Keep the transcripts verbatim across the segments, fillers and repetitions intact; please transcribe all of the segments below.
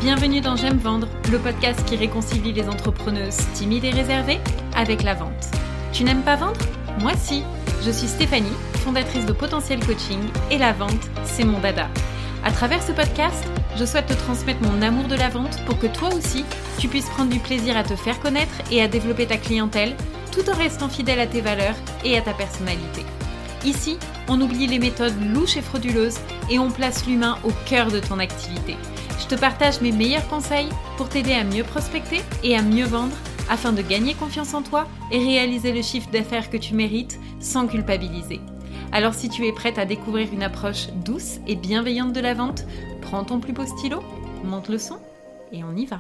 Bienvenue dans J'aime vendre, le podcast qui réconcilie les entrepreneuses timides et réservées avec la vente. Tu n'aimes pas vendre ? Moi si. Je suis Stéphanie, fondatrice de Potentiel Coaching et la vente, c'est mon dada. À travers ce podcast, je souhaite te transmettre mon amour de la vente pour que toi aussi, tu puisses prendre du plaisir à te faire connaître et à développer ta clientèle tout en restant fidèle à tes valeurs et à ta personnalité. Ici, on oublie les méthodes louches et frauduleuses et on place l'humain au cœur de ton activité. Je te partage mes meilleurs conseils pour t'aider à mieux prospecter et à mieux vendre afin de gagner confiance en toi et réaliser le chiffre d'affaires que tu mérites sans culpabiliser. Alors si tu es prête à découvrir une approche douce et bienveillante de la vente, prends ton plus beau stylo, monte le son et on y va.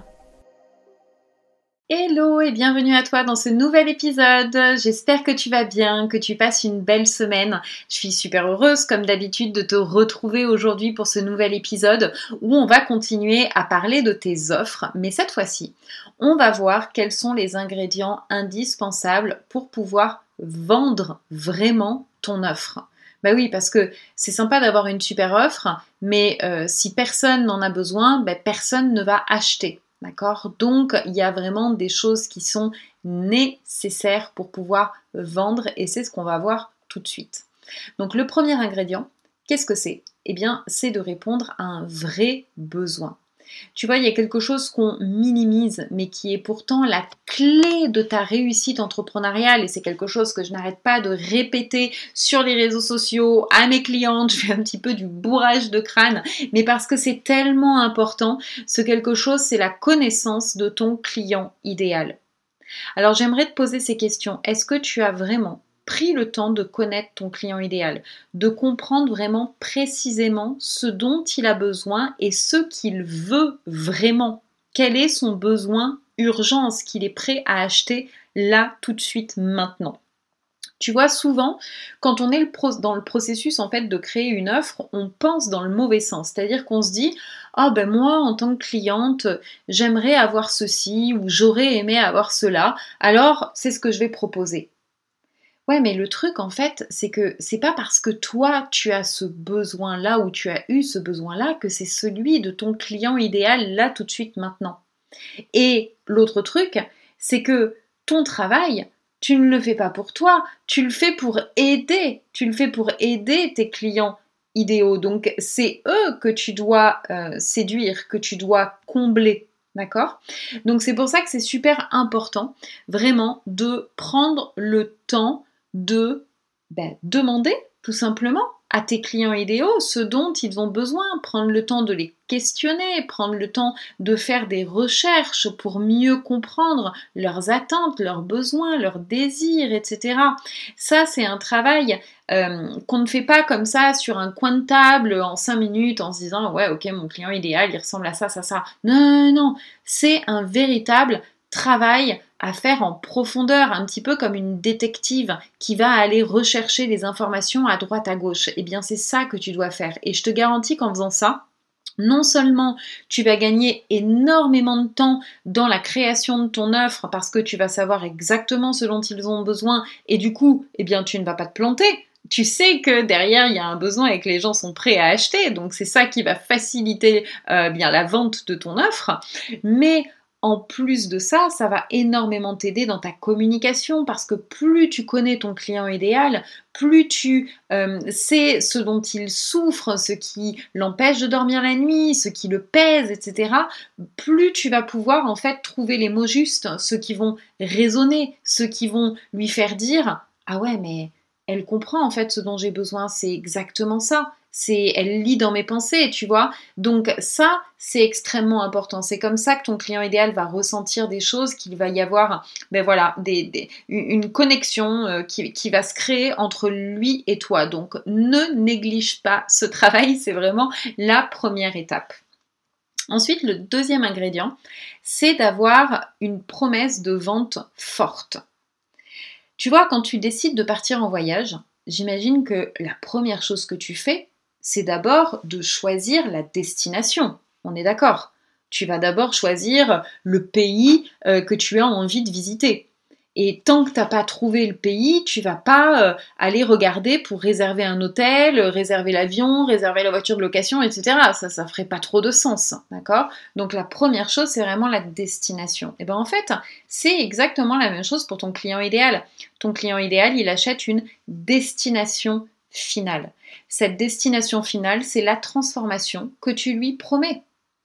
Hello et bienvenue à toi dans ce nouvel épisode. J'espère que tu vas bien, que tu passes une belle semaine. Je suis super heureuse comme d'habitude de te retrouver aujourd'hui pour ce nouvel épisode où on va continuer à parler de tes offres, mais cette fois-ci, on va voir quels sont les ingrédients indispensables pour pouvoir vendre vraiment ton offre. Bah oui, parce que c'est sympa d'avoir une super offre, mais euh, si personne n'en a besoin, bah, personne ne va acheter. D'accord ? Donc, il y a vraiment des choses qui sont nécessaires pour pouvoir vendre et c'est ce qu'on va voir tout de suite. Donc, le premier ingrédient, qu'est-ce que c'est ? Eh bien, c'est de répondre à un vrai besoin. Tu vois, il y a quelque chose qu'on minimise, mais qui est pourtant la clé de ta réussite entrepreneuriale et c'est quelque chose que je n'arrête pas de répéter sur les réseaux sociaux, à mes clientes, je fais un petit peu du bourrage de crâne, mais parce que c'est tellement important, ce quelque chose, c'est la connaissance de ton client idéal. Alors, j'aimerais te poser ces questions. Est-ce que tu as vraiment pris le temps de connaître ton client idéal, de comprendre vraiment précisément ce dont il a besoin et ce qu'il veut vraiment. Quel est son besoin urgent, ce qu'il est prêt à acheter là, tout de suite, maintenant. Tu vois, souvent, quand on est dans le processus en fait de créer une offre, on pense dans le mauvais sens. C'est-à-dire qu'on se dit « Ah ben moi, en tant que cliente, j'aimerais avoir ceci ou j'aurais aimé avoir cela, alors c'est ce que je vais proposer. » Ouais, mais le truc, en fait, c'est que c'est pas parce que toi, tu as ce besoin-là ou tu as eu ce besoin-là que c'est celui de ton client idéal là, tout de suite, maintenant. Et l'autre truc, c'est que ton travail, tu ne le fais pas pour toi, tu le fais pour aider, tu le fais pour aider tes clients idéaux. Donc, c'est eux que tu dois euh, séduire, que tu dois combler. D'accord ? Donc, c'est pour ça que c'est super important, vraiment, de prendre le temps de ben, demander tout simplement à tes clients idéaux ce dont ils ont besoin, prendre le temps de les questionner, prendre le temps de faire des recherches pour mieux comprendre leurs attentes, leurs besoins, leurs désirs, et cetera. Ça, c'est un travail euh, qu'on ne fait pas comme ça sur un coin de table en cinq minutes en se disant « Ouais, ok, mon client idéal, il ressemble à ça, ça, ça. » Non, non, non, c'est un véritable travail à faire en profondeur, un petit peu comme une détective qui va aller rechercher les informations à droite à gauche. Eh bien, c'est ça que tu dois faire. Et je te garantis qu'en faisant ça, non seulement tu vas gagner énormément de temps dans la création de ton offre parce que tu vas savoir exactement ce dont ils ont besoin et du coup, eh bien, tu ne vas pas te planter. Tu sais que derrière, il y a un besoin et que les gens sont prêts à acheter. Donc, c'est ça qui va faciliter euh, bien la vente de ton offre. Mais en plus de ça, ça va énormément t'aider dans ta communication parce que plus tu connais ton client idéal, plus tu euh, sais ce dont il souffre, ce qui l'empêche de dormir la nuit, ce qui le pèse, et cetera, plus tu vas pouvoir en fait trouver les mots justes, ceux qui vont résonner, ceux qui vont lui faire dire « Ah ouais, mais elle comprend en fait ce dont j'ai besoin, c'est exactement ça. » C'est, elle lit dans mes pensées, tu vois. Donc ça, c'est extrêmement important. C'est comme ça que ton client idéal va ressentir des choses, qu'il va y avoir, ben voilà, des, des, une connexion euh, qui, qui va se créer entre lui et toi. Donc ne néglige pas ce travail, c'est vraiment la première étape. Ensuite, le deuxième ingrédient, c'est d'avoir une promesse de vente forte. Tu vois, quand tu décides de partir en voyage, j'imagine que la première chose que tu fais, c'est d'abord de choisir la destination. On est d'accord ? Tu vas d'abord choisir le pays euh, que tu as envie de visiter. Et tant que tu n'as pas trouvé le pays, tu vas pas euh, aller regarder pour réserver un hôtel, réserver l'avion, réserver la voiture de location, et cetera. Ça, ça ferait pas trop de sens, d'accord? Donc la première chose, c'est vraiment la destination. Et bien en fait, c'est exactement la même chose pour ton client idéal. Ton client idéal, il achète une destination finale. Cette destination finale, c'est la transformation que tu lui promets.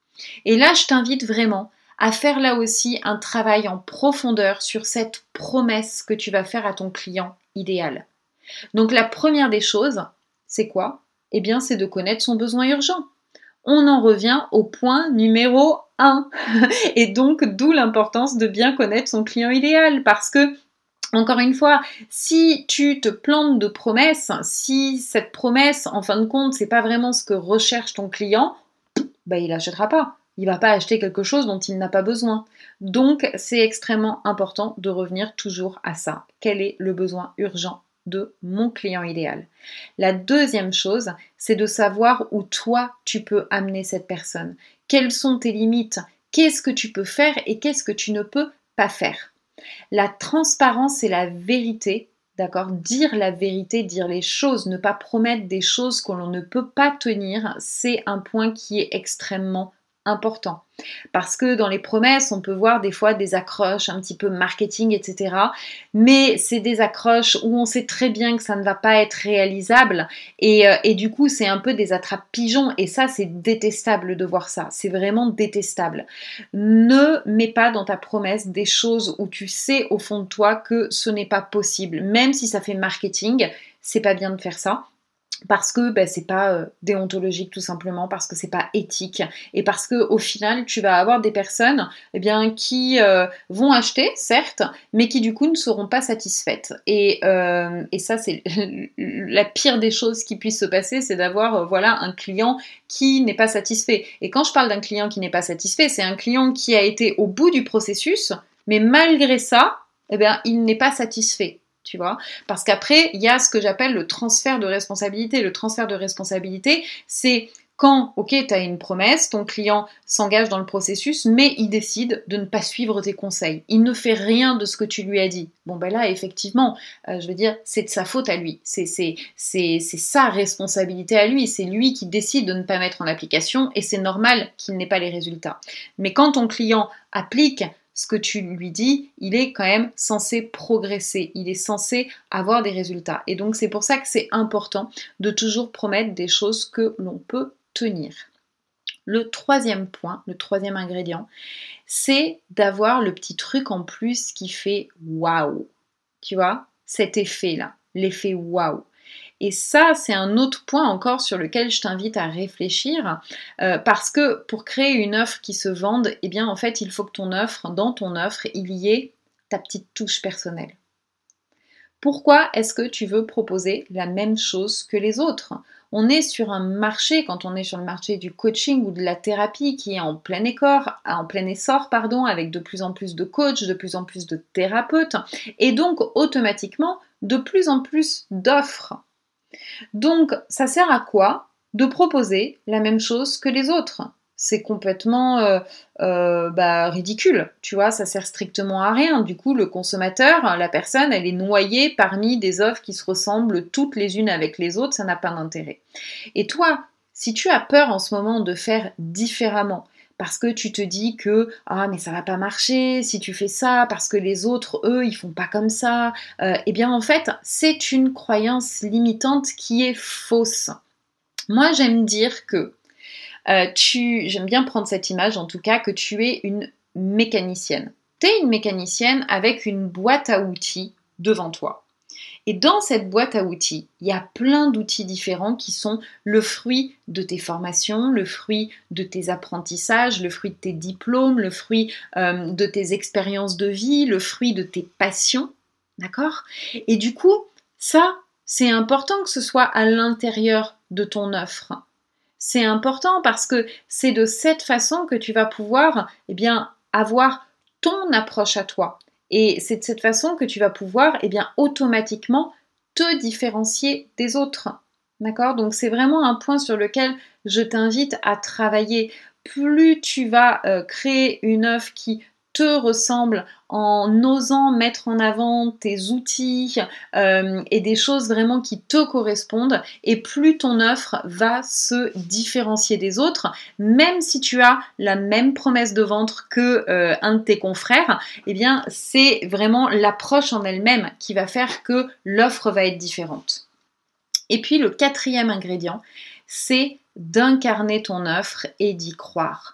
Et là, je t'invite vraiment à faire là aussi un travail en profondeur sur cette promesse que tu vas faire à ton client idéal. Donc la première des choses, c'est quoi? Eh bien, c'est de connaître son besoin urgent. On en revient au point numéro un. Et donc, d'où l'importance de bien connaître son client idéal. Parce que, encore une fois, si tu te plantes de promesses, si cette promesse, en fin de compte, c'est pas vraiment ce que recherche ton client, bah, il n'achètera pas. Il ne va pas acheter quelque chose dont il n'a pas besoin. Donc, c'est extrêmement important de revenir toujours à ça. Quel est le besoin urgent de mon client idéal? La deuxième chose, c'est de savoir où toi, tu peux amener cette personne. Quelles sont tes limites? Qu'est-ce que tu peux faire et qu'est-ce que tu ne peux pas faire? La transparence et la vérité, d'accord? Dire la vérité, dire les choses, ne pas promettre des choses que l'on ne peut pas tenir, c'est un point qui est extrêmement important. Parce que dans les promesses, on peut voir des fois des accroches un petit peu marketing, et cetera. Mais c'est des accroches où on sait très bien que ça ne va pas être réalisable et, euh, et du coup, c'est un peu des attrape-pigeons et ça, c'est détestable de voir ça. C'est vraiment détestable. Ne mets pas dans ta promesse des choses où tu sais au fond de toi que ce n'est pas possible. Même si ça fait marketing, c'est pas bien de faire ça. Parce que ben, c'est pas euh, déontologique tout simplement, parce que c'est pas éthique et parce que au final tu vas avoir des personnes eh bien, qui euh, vont acheter certes, mais qui du coup ne seront pas satisfaites. Et, euh, et ça c'est la pire des choses qui puisse se passer, c'est d'avoir euh, voilà un client qui n'est pas satisfait. Et quand je parle d'un client qui n'est pas satisfait, c'est un client qui a été au bout du processus, mais malgré ça, eh bien, il n'est pas satisfait. Tu vois, parce qu'après, il y a ce que j'appelle le transfert de responsabilité. Le transfert de responsabilité, c'est quand, ok, tu as une promesse, ton client s'engage dans le processus, mais il décide de ne pas suivre tes conseils. Il ne fait rien de ce que tu lui as dit. Bon, ben là, effectivement, euh, je veux dire, c'est de sa faute à lui. C'est, c'est, c'est, c'est sa responsabilité à lui. C'est lui qui décide de ne pas mettre en application et c'est normal qu'il n'ait pas les résultats. Mais quand ton client applique ce que tu lui dis, il est quand même censé progresser, il est censé avoir des résultats. Et donc c'est pour ça que c'est important de toujours promettre des choses que l'on peut tenir. Le troisième point, le troisième ingrédient, c'est d'avoir le petit truc en plus qui fait waouh. Tu vois, cet effet-là, l'effet waouh. Et ça, c'est un autre point encore sur lequel je t'invite à réfléchir, euh, parce que pour créer une offre qui se vende, eh bien en fait, il faut que ton offre, dans ton offre, il y ait ta petite touche personnelle. Pourquoi est-ce que tu veux proposer la même chose que les autres? On est sur un marché, quand on est sur le marché du coaching ou de la thérapie qui est en plein essor, en plein essor pardon, avec de plus en plus de coachs, de plus en plus de thérapeutes, et donc automatiquement de plus en plus d'offres. Donc, ça sert à quoi de proposer la même chose que les autres? C'est complètement euh, euh, bah, ridicule, tu vois, ça sert strictement à rien. Du coup, le consommateur, la personne, elle est noyée parmi des offres qui se ressemblent toutes les unes avec les autres, ça n'a pas d'intérêt. Et toi, si tu as peur en ce moment de faire différemment, parce que tu te dis que ah mais ça va pas marcher si tu fais ça, parce que les autres, eux, ils font pas comme ça, euh, eh bien en fait, c'est une croyance limitante qui est fausse. Moi, j'aime dire que euh, tu, j'aime bien prendre cette image, en tout cas, que tu es une mécanicienne. Tu es une mécanicienne avec une boîte à outils devant toi. Et dans cette boîte à outils, il y a plein d'outils différents qui sont le fruit de tes formations, le fruit de tes apprentissages, le fruit de tes diplômes, le fruit euh, de tes expériences de vie, le fruit de tes passions, d'accord? Et du coup, ça, c'est important que ce soit à l'intérieur de ton offre. C'est important parce que c'est de cette façon que tu vas pouvoir, eh bien, avoir ton approche à toi. Et c'est de cette façon que tu vas pouvoir eh bien, automatiquement te différencier des autres. D'accord? Donc c'est vraiment un point sur lequel je t'invite à travailler. Plus tu vas euh, créer une offre qui te ressemble, en osant mettre en avant tes outils euh, et des choses vraiment qui te correspondent, et plus ton offre va se différencier des autres, même si tu as la même promesse de vente que euh, un de tes confrères, eh bien c'est vraiment l'approche en elle-même qui va faire que l'offre va être différente. Et puis le quatrième ingrédient, c'est d'incarner ton offre et d'y croire.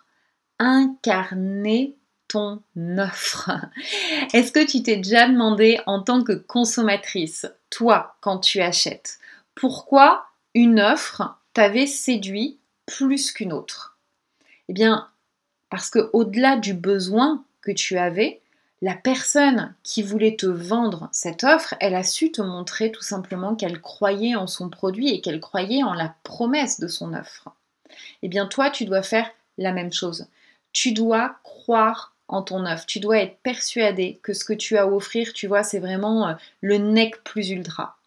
Incarner ton offre. Est-ce que tu t'es déjà demandé en tant que consommatrice, toi, quand tu achètes, pourquoi une offre t'avait séduit plus qu'une autre? Eh bien, parce que au-delà du besoin que tu avais, la personne qui voulait te vendre cette offre, elle a su te montrer tout simplement qu'elle croyait en son produit et qu'elle croyait en la promesse de son offre. Eh bien, toi, tu dois faire la même chose. Tu dois croire en ton offre. Tu dois être persuadé que ce que tu as à offrir, tu vois, c'est vraiment le nec plus ultra.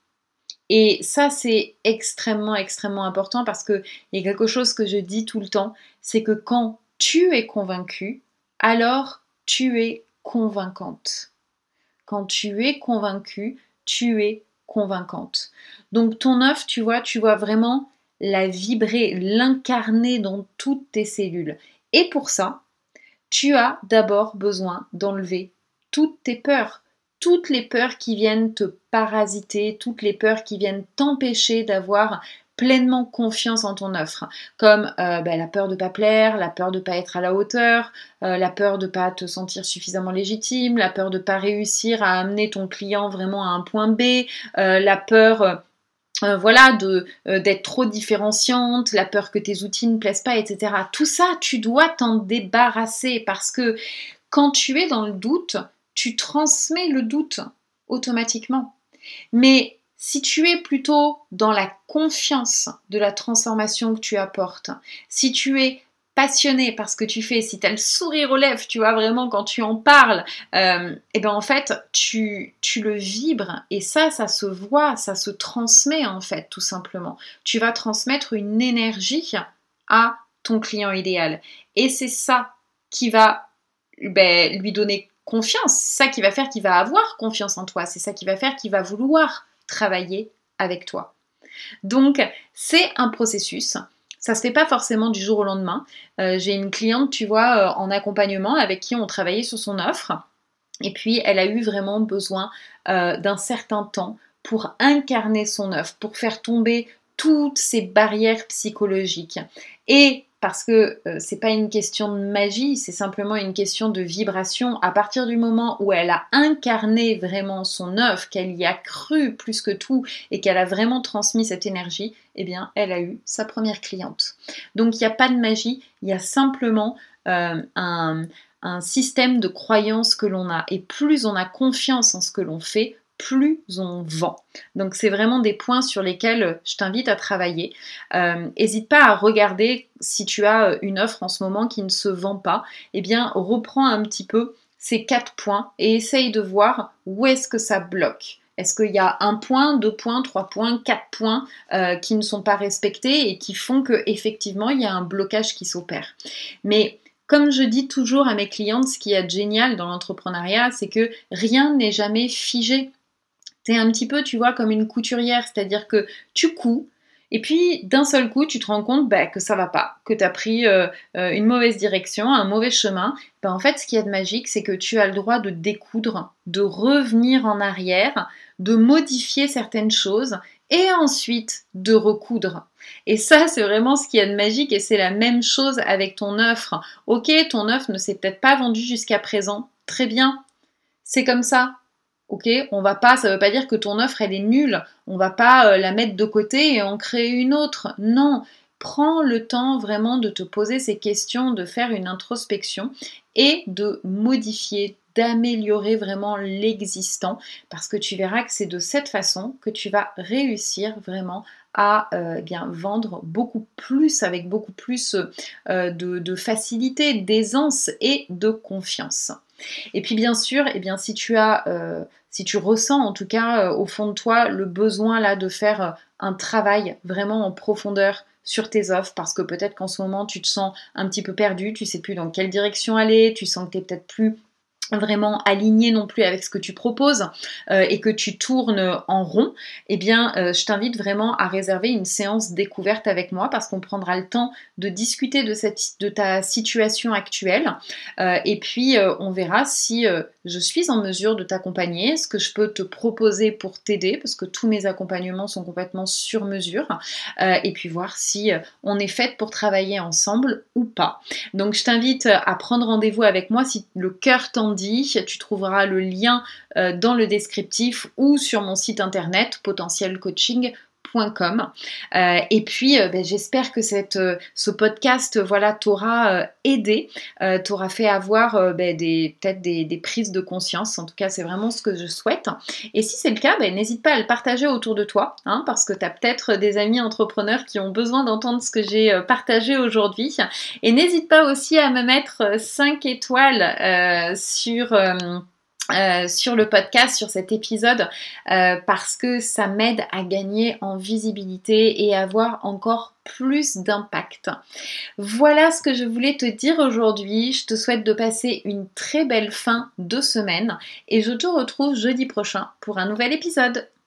Et ça, c'est extrêmement, extrêmement important parce qu'il y a quelque chose que je dis tout le temps, c'est que quand tu es convaincu, alors tu es convaincante. Quand tu es convaincu, tu es convaincante. Donc ton offre, tu vois, tu vois vraiment la vibrer, l'incarner dans toutes tes cellules. Et pour ça, tu as d'abord besoin d'enlever toutes tes peurs, toutes les peurs qui viennent te parasiter, toutes les peurs qui viennent t'empêcher d'avoir pleinement confiance en ton offre, comme euh, ben, la peur de ne pas plaire, la peur de ne pas être à la hauteur, euh, la peur de ne pas te sentir suffisamment légitime, la peur de ne pas réussir à amener ton client vraiment à un point B, euh, la peur... Euh, Euh, voilà, de, euh, d'être trop différenciante, la peur que tes outils ne plaisent pas, et cetera. Tout ça, tu dois t'en débarrasser parce que quand tu es dans le doute, tu transmets le doute automatiquement. Mais si tu es plutôt dans la confiance de la transformation que tu apportes, si tu es passionné par ce que tu fais, si tu as le sourire aux lèvres, tu vois, vraiment quand tu en parles, euh, et ben en fait, tu, tu le vibres et ça, ça se voit, ça se transmet en fait, tout simplement. Tu vas transmettre une énergie à ton client idéal. Et c'est ça qui va ben, lui donner confiance, c'est ça qui va faire qu'il va avoir confiance en toi, c'est ça qui va faire qu'il va vouloir travailler avec toi. Donc, c'est un processus. Ça se fait pas forcément du jour au lendemain. Euh, j'ai une cliente, tu vois, euh, en accompagnement avec qui on travaillait sur son offre. Et puis, elle a eu vraiment besoin euh, d'un certain temps pour incarner son offre, pour faire tomber toutes ces barrières psychologiques. Et parce que euh, c'est pas une question de magie, c'est simplement une question de vibration. À partir du moment où elle a incarné vraiment son œuvre, qu'elle y a cru plus que tout et qu'elle a vraiment transmis cette énergie, eh bien, elle a eu sa première cliente. Donc, il n'y a pas de magie, il y a simplement euh, un, un système de croyance que l'on a. Et plus on a confiance en ce que l'on fait, plus on vend. Donc c'est vraiment des points sur lesquels je t'invite à travailler. N'hésite euh, pas à regarder si tu as une offre en ce moment qui ne se vend pas. Eh bien, reprends un petit peu ces quatre points et essaye de voir où est-ce que ça bloque. Est-ce qu'il y a un point, deux points, trois points, quatre points euh, qui ne sont pas respectés et qui font qu'effectivement, il y a un blocage qui s'opère. Mais comme je dis toujours à mes clientes, ce qui est génial dans l'entrepreneuriat, c'est que rien n'est jamais figé. T'es un petit peu, tu vois, comme une couturière, c'est-à-dire que tu couds, et puis d'un seul coup, tu te rends compte bah, que ça va pas, que tu as pris euh, euh, une mauvaise direction, un mauvais chemin. Bah, en fait, ce qu'il y a de magique, c'est que tu as le droit de découdre, de revenir en arrière, de modifier certaines choses, et ensuite de recoudre. Et ça, c'est vraiment ce qu'il y a de magique, et c'est la même chose avec ton offre. Ok, ton offre ne s'est peut-être pas vendue jusqu'à présent, très bien, c'est comme ça. Ok, on va pas, ça veut pas dire que ton offre elle est nulle, on va pas euh, la mettre de côté et en créer une autre. Non, prends le temps vraiment de te poser ces questions, de faire une introspection et de modifier, d'améliorer vraiment l'existant parce que tu verras que c'est de cette façon que tu vas réussir vraiment à euh, bien vendre beaucoup plus avec beaucoup plus euh, de, de facilité, d'aisance et de confiance. Et puis bien sûr, eh bien, si tu as, euh, si tu ressens en tout cas euh, au fond de toi le besoin là de faire euh, un travail vraiment en profondeur sur tes offres, parce que peut-être qu'en ce moment tu te sens un petit peu perdu, tu sais plus dans quelle direction aller, tu sens que tu es peut-être plus vraiment aligné non plus avec ce que tu proposes euh, et que tu tournes en rond, eh bien euh, je t'invite vraiment à réserver une séance découverte avec moi parce qu'on prendra le temps de discuter de, cette, de ta situation actuelle euh, et puis euh, on verra si euh, je suis en mesure de t'accompagner, ce que je peux te proposer pour t'aider parce que tous mes accompagnements sont complètement sur mesure euh, et puis voir si euh, on est faite pour travailler ensemble ou pas. Donc je t'invite à prendre rendez-vous avec moi si le cœur t'en dit. Tu trouveras le lien euh, dans le descriptif ou sur mon site internet potentiel coaching point com. Euh, et puis euh, ben, j'espère que cette, euh, ce podcast voilà, t'aura euh, aidé, euh, t'aura fait avoir euh, ben, des, peut-être des, des prises de conscience. En tout cas c'est vraiment ce que je souhaite. Et si c'est le cas, ben, n'hésite pas à le partager autour de toi hein, parce que tu as peut-être des amis entrepreneurs qui ont besoin d'entendre ce que j'ai euh, partagé aujourd'hui. Et n'hésite pas aussi à me mettre cinq étoiles euh, sur... Euh, Euh, sur le podcast, sur cet épisode, euh, parce que ça m'aide à gagner en visibilité et avoir encore plus d'impact. Voilà ce que je voulais te dire aujourd'hui. Je te souhaite de passer une très belle fin de semaine et je te retrouve jeudi prochain pour un nouvel épisode.